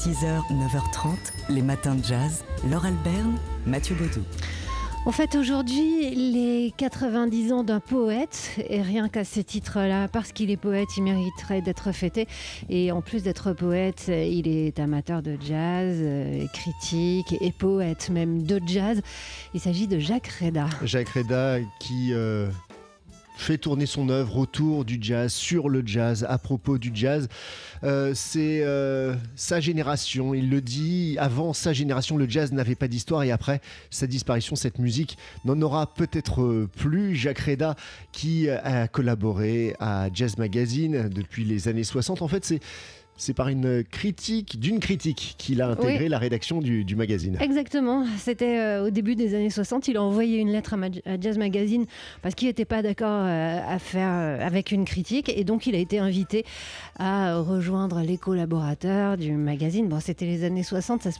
6h, 9h30, les matins de jazz. Laure Alberne, Mathieu Baudou. On fête aujourd'hui les 90 ans d'un poète, et rien qu'à ce titre-là, parce qu'il est poète, il mériterait d'être fêté. Et en plus d'être poète, il est amateur de jazz, critique et poète même de jazz. Il s'agit de Jacques Reda. Jacques Reda qui fait tourner son œuvre autour du jazz, sur le jazz, à propos du jazz. C'est sa génération, il le dit, avant sa génération, le jazz n'avait pas d'histoire, et après sa disparition, cette musique n'en aura peut-être plus. Jacques Reda qui a collaboré à Jazz Magazine depuis les années 60. En fait, c'est par d'une critique qu'il a intégré la rédaction du magazine. Exactement, c'était au début des années 60, il a envoyé une lettre à Jazz Magazine parce qu'il n'était pas d'accord à faire avec une critique, et donc il a été invité à rejoindre les collaborateurs du magazine. Bon, c'était les années 60, ça se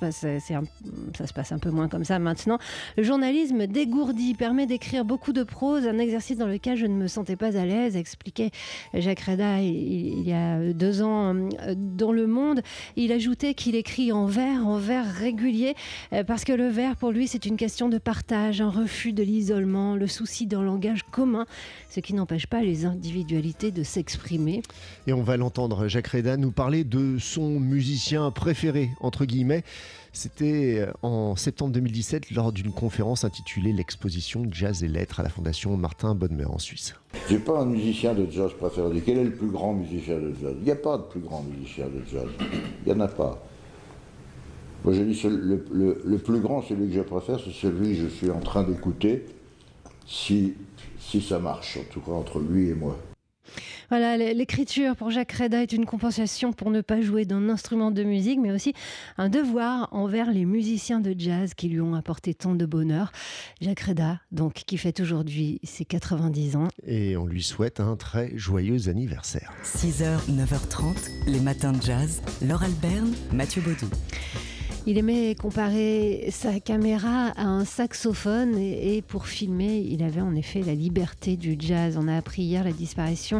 passe un peu moins comme ça maintenant. Le journalisme dégourdi permet d'écrire beaucoup de prose, un exercice dans lequel je ne me sentais pas à l'aise, expliquait Jacques Reda il y a 2 ans dans Le Monde. Il ajoutait qu'il écrit en vers régulier, parce que le vers, pour lui, c'est une question de partage, un refus de l'isolement, le souci d'un langage commun, ce qui n'empêche pas les individualités de s'exprimer. Et on va l'entendre, Jacques Reda, nous parler de son musicien préféré, entre guillemets. C'était en septembre 2017 lors d'une conférence intitulée l'exposition Jazz et Lettres à la Fondation Martin Bodmer en Suisse. J'ai pas un musicien de jazz préféré. Quel est le plus grand musicien de jazz? Il n'y a pas de plus grand musicien de jazz. Il n'y en a pas. Moi j'ai dit le plus grand, celui que je préfère, c'est celui que je suis en train d'écouter, si ça marche, en tout cas entre lui et moi. Voilà, l'écriture pour Jacques Reda est une compensation pour ne pas jouer d'un instrument de musique, mais aussi un devoir envers les musiciens de jazz qui lui ont apporté tant de bonheur. Jacques Reda, donc, qui fête aujourd'hui ses 90 ans. Et on lui souhaite un très joyeux anniversaire. 6h, 9h30, les matins de jazz. Laure Alberne, Mathieu Baudou. Il aimait comparer sa caméra à un saxophone, et pour filmer, il avait en effet la liberté du jazz. On a appris hier la disparition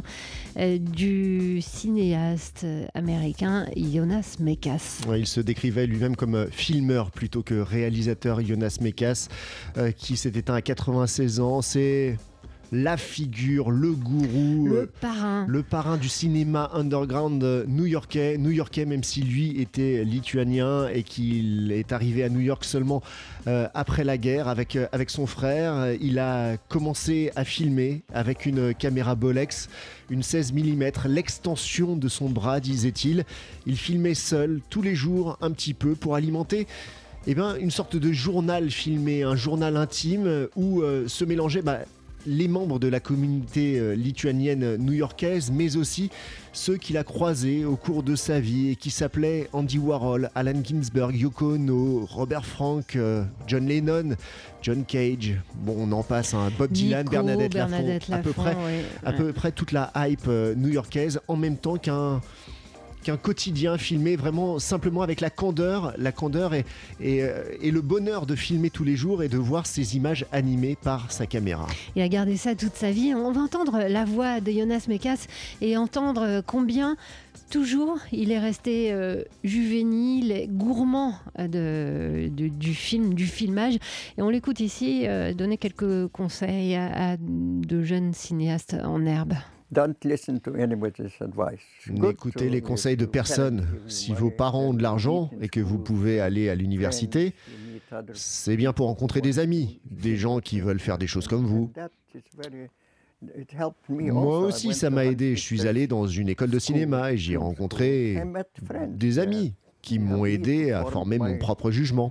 du cinéaste américain Jonas Mekas. Ouais, il se décrivait lui-même comme filmeur plutôt que réalisateur, Jonas Mekas, qui s'est éteint à 96 ans. C'est la figure, le gourou, le parrain du cinéma underground new-yorkais, même si lui était lituanien et qu'il est arrivé à New York seulement après la guerre avec son frère. Il a commencé à filmer avec une caméra Bolex, une 16 mm, l'extension de son bras, disait-il. Il filmait seul, tous les jours, un petit peu, pour alimenter une sorte de journal filmé, un journal intime où se mélangeaient les membres de la communauté lituanienne new-yorkaise, mais aussi ceux qu'il a croisés au cours de sa vie et qui s'appelaient Andy Warhol, Allen Ginsberg, Yoko Ono, Robert Frank, John Lennon, John Cage, bon on en passe, Bob Dylan, Bernadette Lafont, à peu près toute la hype new-yorkaise, en même temps qu'un quotidien filmé vraiment simplement avec la candeur et le bonheur de filmer tous les jours et de voir ces images animées par sa caméra. Il a gardé ça toute sa vie. On va entendre la voix de Jonas Mekas et entendre combien toujours il est resté juvénile, gourmand du filmage. Et on l'écoute ici donner quelques conseils à de jeunes cinéastes en herbe. N'écoutez les conseils de personne. Si vos parents ont de l'argent et que vous pouvez aller à l'université, c'est bien pour rencontrer des amis, des gens qui veulent faire des choses comme vous. Moi aussi, ça m'a aidé. Je suis allé dans une école de cinéma et j'y ai rencontré des amis qui m'ont aidé à former mon propre jugement.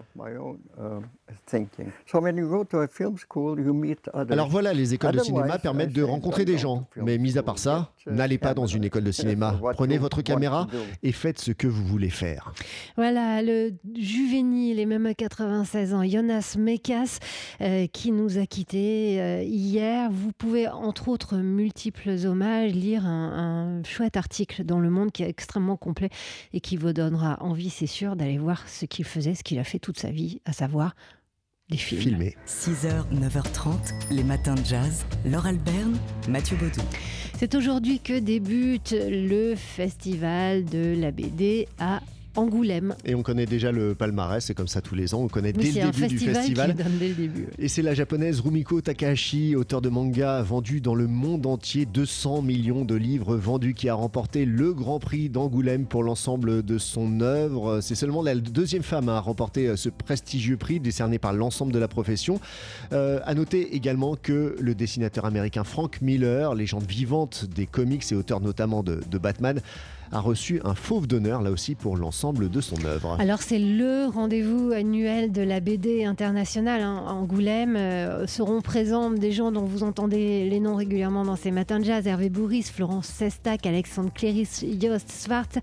Alors voilà, les écoles de cinéma permettent de rencontrer des gens. Mais mis à part ça, n'allez pas dans une école de cinéma. Prenez votre caméra et faites ce que vous voulez faire. Voilà, le juvénile et même à 96 ans, Jonas Mekas, qui nous a quittés hier. Vous pouvez, entre autres multiples hommages, lire un chouette article dans Le Monde qui est extrêmement complet et qui vous donnera envie, c'est sûr, d'aller voir ce qu'il faisait, ce qu'il a fait toute sa vie, à savoir des films. Filmer. 6h, 9h30, les matins de jazz. Laure Alberne, Mathieu Baudou. C'est aujourd'hui que débute le festival de la BD à Angoulême. Et on connaît déjà le palmarès, c'est comme ça tous les ans, on connaît dès le début du festival. Qui donne dès le début. Et c'est la japonaise Rumiko Takahashi, auteure de manga vendu dans le monde entier, 200 millions de livres vendus, qui a remporté le Grand Prix d'Angoulême pour l'ensemble de son œuvre. C'est seulement la deuxième femme à remporter ce prestigieux prix décerné par l'ensemble de la profession. À noter également que le dessinateur américain Frank Miller, légende vivante des comics et auteur notamment de Batman, a reçu un fauve d'honneur là aussi pour l'ensemble de son œuvre. Alors c'est le rendez-vous annuel de la BD internationale. Angoulême seront présents des gens dont vous entendez les noms régulièrement dans ces matins de jazz: Hervé Bourris, Florence Sestak, Alexandre Cléris, Jost Svart,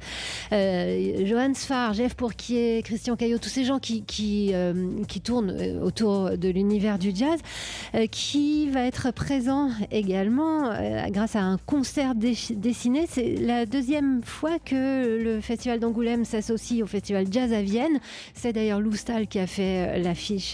Johan Sfar, Jeff Pourquier, Christian Caillot, tous ces gens qui tournent autour de l'univers du jazz, qui va être présent également grâce à un concert dessiné. C'est la deuxième fois que le Festival d'Angoulême s'associe au Festival Jazz à Vienne. C'est d'ailleurs Lou Stahl qui a fait l'affiche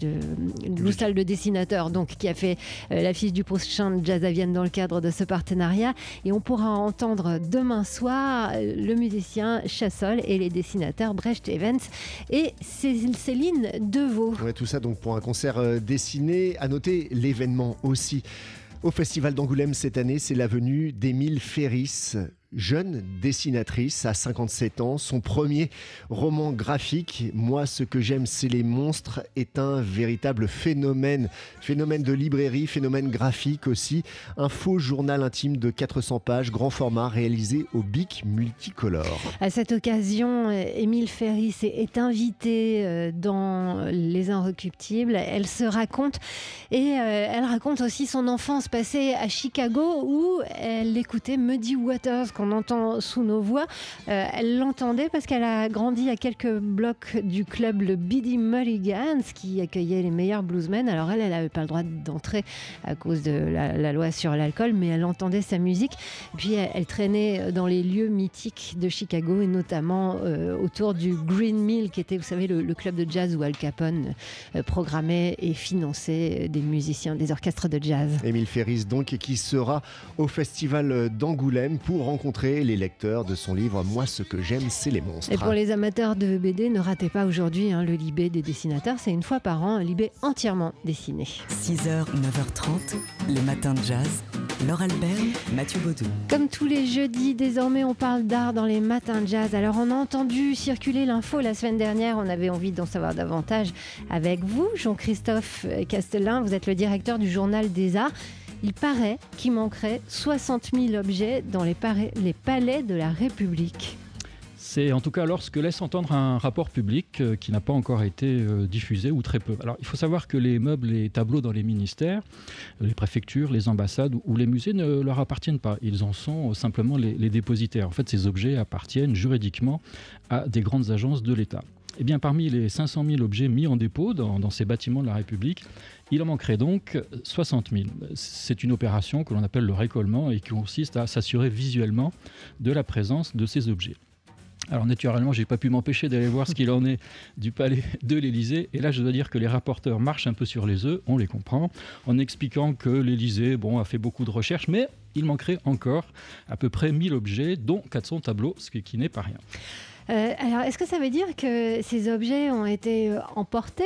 Lou Stahl, le dessinateur, donc, qui a fait l'affiche du prochain Jazz à Vienne dans le cadre de ce partenariat. Et on pourra entendre demain soir le musicien Chassol et les dessinateurs Brecht Evans et Céline Deveau. Ouais, tout ça donc pour un concert dessiné. À noter l'événement aussi au Festival d'Angoulême cette année, c'est la venue d'Émile Ferris, jeune dessinatrice à 57 ans. Son premier roman graphique, Moi ce que j'aime c'est les monstres, est un véritable phénomène de librairie, phénomène graphique aussi. Un faux journal intime de 400 pages, grand format, réalisé au bic multicolore. À cette occasion, Émile Ferris est invitée dans Les Inrecuptibles. Elle se raconte et elle raconte aussi son enfance passée à Chicago où elle écoutait Muddy Waters, qu'on entend sous nos voix. Elle l'entendait parce qu'elle a grandi à quelques blocs du club le Biddy Mulligans qui accueillait les meilleurs bluesmen. Alors elle n'avait pas le droit d'entrer à cause de la loi sur l'alcool, mais elle entendait sa musique. Et puis elle traînait dans les lieux mythiques de Chicago et notamment autour du Green Mill qui était, vous savez, le club de jazz où Al Capone programmait et finançait des musiciens, des orchestres de jazz. Émile Ferris donc, qui sera au Festival d'Angoulême pour rencontrer les lecteurs de son livre Moi ce que j'aime c'est les monstres. Et pour les amateurs de BD, ne ratez pas aujourd'hui le Libé des dessinateurs, c'est une fois par an un Libé entièrement dessiné. 6h, 9h30, les matins de jazz. Laure Albert, Mathieu Baudou. Comme tous les jeudis, désormais on parle d'art dans les matins de jazz. Alors on a entendu circuler l'info la semaine dernière, on avait envie d'en savoir davantage avec vous, Jean-Christophe Castelin, vous êtes le directeur du Journal des Arts. Il paraît qu'il manquerait 60 000 objets dans les palais de la République. C'est en tout cas alors ce que laisse entendre un rapport public qui n'a pas encore été diffusé ou très peu. Alors il faut savoir que les meubles et tableaux dans les ministères, les préfectures, les ambassades ou les musées ne leur appartiennent pas. Ils en sont simplement les dépositaires. En fait, ces objets appartiennent juridiquement à des grandes agences de l'État. Eh bien, parmi les 500 000 objets mis en dépôt dans ces bâtiments de la République, il en manquerait donc 60 000. C'est une opération que l'on appelle le récolement et qui consiste à s'assurer visuellement de la présence de ces objets. Alors naturellement, je n'ai pas pu m'empêcher d'aller voir ce qu'il en est du palais de l'Élysée. Et là, je dois dire que les rapporteurs marchent un peu sur les œufs, on les comprend, en expliquant que l'Élysée a fait beaucoup de recherches, mais il manquerait encore à peu près 1000 objets, dont 400 tableaux, ce qui n'est pas rien. Alors, est-ce que ça veut dire que ces objets ont été emportés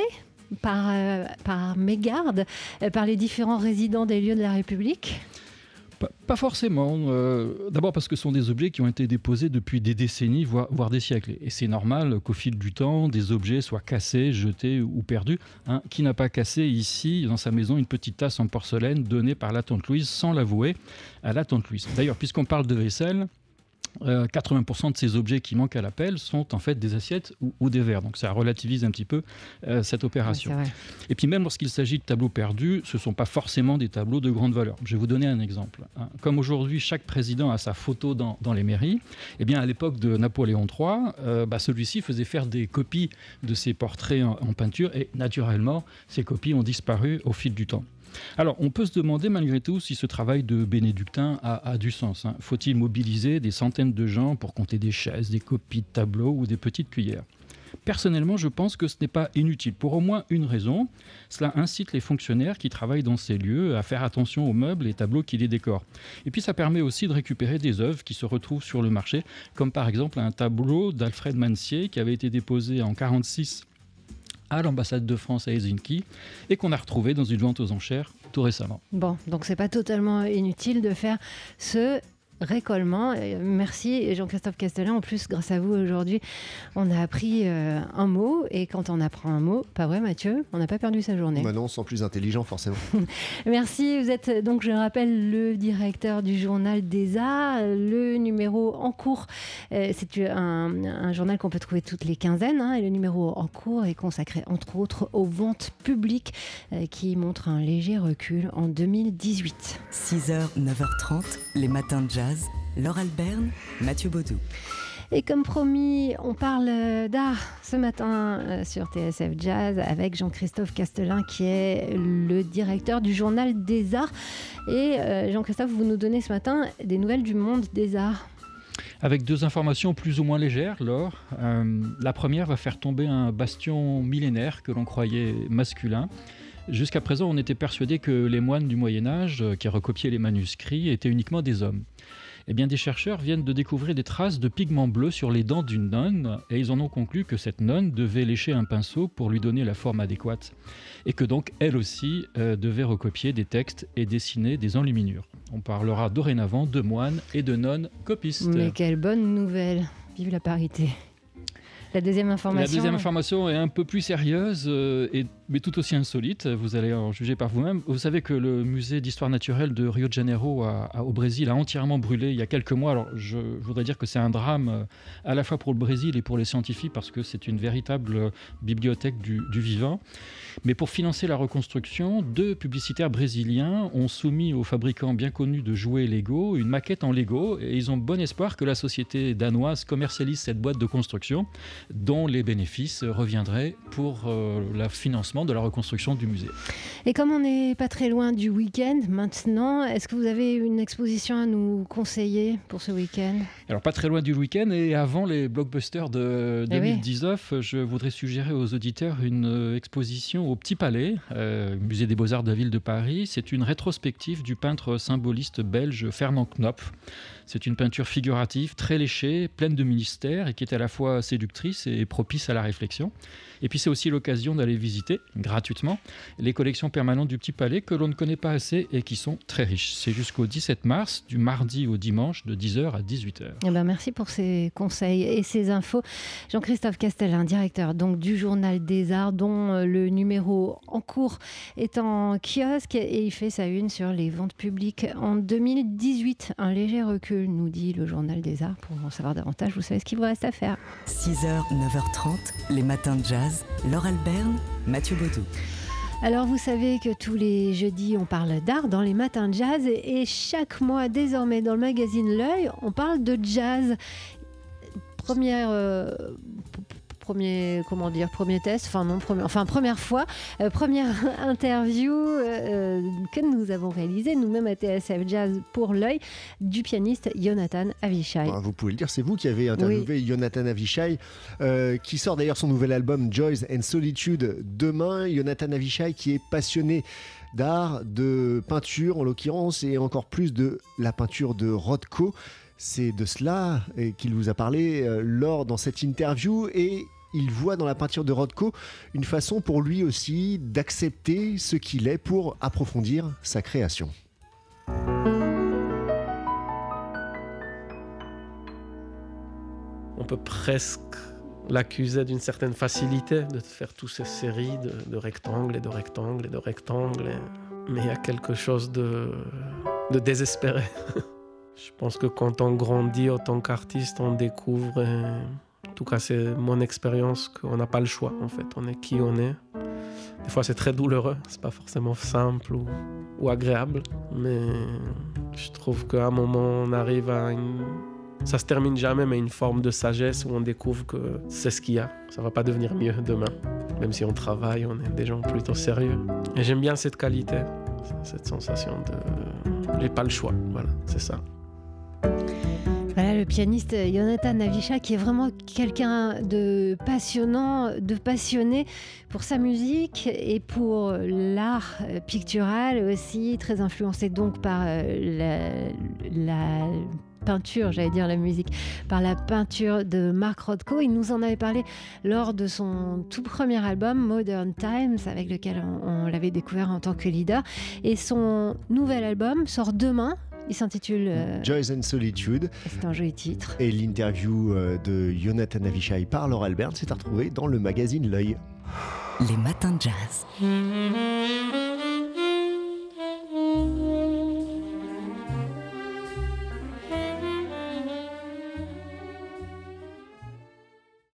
par mégarde par les différents résidents des lieux de la République ? Pas forcément. D'abord parce que ce sont des objets qui ont été déposés depuis des décennies, voire des siècles. Et c'est normal qu'au fil du temps, des objets soient cassés, jetés ou perdus. Qui n'a pas cassé ici, dans sa maison, une petite tasse en porcelaine donnée par la tante Louise, sans l'avouer, à la tante Louise. D'ailleurs, puisqu'on parle de vaisselle, 80% de ces objets qui manquent à l'appel sont en fait des assiettes ou des verres. Donc ça relativise un petit peu cette opération. Ouais, et puis même lorsqu'il s'agit de tableaux perdus, ce ne sont pas forcément des tableaux de grande valeur. Je vais vous donner un exemple. Comme aujourd'hui, chaque président a sa photo dans les mairies, eh bien à l'époque de Napoléon III, celui-ci faisait faire des copies de ses portraits en peinture et naturellement, ces copies ont disparu au fil du temps. Alors, on peut se demander malgré tout si ce travail de bénédictin a du sens. Faut-il mobiliser des centaines de gens pour compter des chaises, des copies de tableaux ou des petites cuillères ? Personnellement, je pense que ce n'est pas inutile, pour au moins une raison. Cela incite les fonctionnaires qui travaillent dans ces lieux à faire attention aux meubles et tableaux qui les décorent. Et puis ça permet aussi de récupérer des œuvres qui se retrouvent sur le marché, comme par exemple un tableau d'Alfred Mansier qui avait été déposé en 1946 à l'ambassade de France à Helsinki et qu'on a retrouvé dans une vente aux enchères tout récemment. Bon, donc c'est pas totalement inutile de faire ce récollement. Merci Jean-Christophe Castellin. En plus, grâce à vous aujourd'hui, on a appris un mot. Et quand on apprend un mot, pas vrai Mathieu, on n'a pas perdu sa journée. Bah non, on se sent plus intelligent forcément. Merci. Vous êtes donc, je rappelle, le directeur du Journal des Arts. Le numéro en cours, c'est un journal qu'on peut trouver toutes les quinzaines. Et le numéro en cours est consacré entre autres aux ventes publiques qui montrent un léger recul en 2018. 6h, 9h30, les matins de jazz. Laure Alberne, Mathieu Baudou. Et comme promis, on parle d'art ce matin sur TSF Jazz avec Jean-Christophe Castellin qui est le directeur du Journal des Arts. Et Jean-Christophe, vous nous donnez ce matin des nouvelles du monde des arts. Avec 2 informations plus ou moins légères, Laure. La première va faire tomber un bastion millénaire que l'on croyait masculin. Jusqu'à présent, on était persuadé que les moines du Moyen-Âge, qui recopiaient les manuscrits, étaient uniquement des hommes. Eh bien, des chercheurs viennent de découvrir des traces de pigments bleus sur les dents d'une nonne, et ils en ont conclu que cette nonne devait lécher un pinceau pour lui donner la forme adéquate, et que donc, elle aussi, devait recopier des textes et dessiner des enluminures. On parlera dorénavant de moines et de nonnes copistes. Mais quelle bonne nouvelle! Vive la parité! La deuxième information est un peu plus sérieuse, mais tout aussi insolite. Vous allez en juger par vous-même. Vous savez que le musée d'histoire naturelle de Rio de Janeiro au Brésil a entièrement brûlé il y a quelques mois. Alors, je voudrais dire que c'est un drame à la fois pour le Brésil et pour les scientifiques parce que c'est une véritable bibliothèque du vivant. Mais pour financer la reconstruction, 2 publicitaires brésiliens ont soumis aux fabricants bien connus de jouets Lego une maquette en Lego et ils ont bon espoir que la société danoise commercialise cette boîte de construction dont les bénéfices reviendraient pour le financement de la reconstruction du musée. Et comme on n'est pas très loin du week-end maintenant, est-ce que vous avez une exposition à nous conseiller pour ce week-end ? Alors pas très loin du week-end et avant les blockbusters de 2019, je voudrais suggérer aux auditeurs une exposition au Petit Palais, musée des Beaux-Arts de la ville de Paris. C'est une rétrospective du peintre symboliste belge Fernand Knopf. C'est une peinture figurative, très léchée, pleine de mystère et qui est à la fois séductrice et propice à la réflexion. Et puis c'est aussi l'occasion d'aller visiter, gratuitement, les collections permanentes du Petit Palais que l'on ne connaît pas assez et qui sont très riches. C'est jusqu'au 17 mars, du mardi au dimanche, de 10h à 18h. Eh ben, merci pour ces conseils et ces infos. Jean-Christophe Castellin, directeur donc, du Journal des Arts, dont le numéro en cours est en kiosque et il fait sa une sur les ventes publiques en 2018. Un léger recul, nous dit le Journal des Arts. Pour en savoir davantage, vous savez ce qu'il vous reste à faire. 6h, 9h30, les matins de jazz. Laure Alberne, Mathieu Baudou. Alors vous savez que tous les jeudis on parle d'art dans les matins de jazz et chaque mois désormais dans le magazine L'Œil on parle de jazz. Première interview que nous avons réalisée nous-mêmes à TSF Jazz pour L'Œil du pianiste Jonathan Avishai. Vous pouvez le dire, c'est vous qui avez interviewé Jonathan Avishai qui sort d'ailleurs son nouvel album Joys and Solitude demain. Jonathan Avishai qui est passionné d'art, de peinture en l'occurrence et encore plus de la peinture de Rothko. C'est de cela qu'il vous a parlé lors dans cette interview et il voit dans la peinture de Rothko une façon pour lui aussi d'accepter ce qu'il est pour approfondir sa création. On peut presque l'accuser d'une certaine facilité de faire toutes ces séries de rectangles et de rectangles et de rectangles. Mais il y a quelque chose de désespéré. Je pense que quand on grandit en tant qu'artiste, on découvre, en tout cas c'est mon expérience, qu'on n'a pas le choix en fait, on est qui on est. Des fois c'est très douloureux, c'est pas forcément simple ou agréable, mais je trouve qu'à un moment on arrive à ça se termine jamais, mais une forme de sagesse où on découvre que c'est ce qu'il y a, ça va pas devenir mieux demain. Même si on travaille, on est des gens plutôt sérieux. Et j'aime bien cette qualité, cette sensation de j'ai pas le choix, voilà, c'est ça. Voilà le pianiste Jonathan Avishai, qui est vraiment quelqu'un de passionnant, de passionné pour sa musique et pour l'art pictural aussi, très influencé donc par la peinture, j'allais dire la musique, par la peinture de Mark Rothko. Il nous en avait parlé lors de son tout premier album Modern Times, avec lequel on l'avait découvert en tant que leader. Et son nouvel album sort demain. Il s'intitule Joys and Solitude. C'est un joli titre. Et l'interview de Jonathan Avishai par Laure Albert, c'est à retrouver dans le magazine L'Œil. Les matins de jazz.